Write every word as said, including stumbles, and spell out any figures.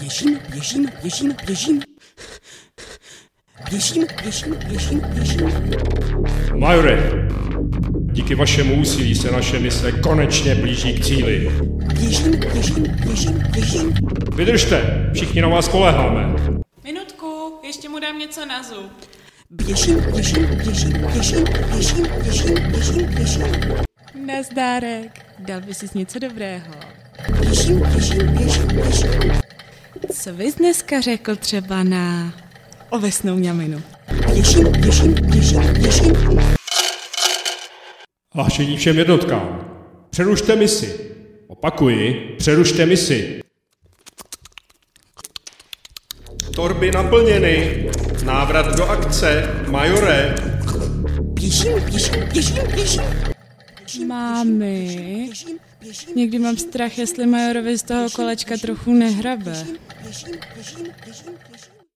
Běžím, běžím, běžím, běžím. Běžím, běžím, běžím, běžím. Majore, díky vašemu úsilí se naše mise konečně blíží k cíli. Běžím, běžím, běžím, běžím. Vydržte, všichni na vás spoléháme. Minutku, ještě mu dám něco na zub. Běžím, běžím, běžím, běžím, běžím, běžím, běžím, běžím. Nazdárek, dal by si něco dobrého. Běžím, běžím, běžím, běžím. Co bys dneska řekl třeba na ovesnou ňaminu? Běžím, běžím, běžím, běžím. Hlášení všem jednotkám. Přerušte misi. Opakuji, přerušte misi. Torby naplněny. Návrat do akce, majore. Běžím, běžím, běžím, běžím. Mámi, někdy mám strach, jestli Majorovi z toho kolečka trochu nehrabe. Běžím, běžím, běžím, běžím.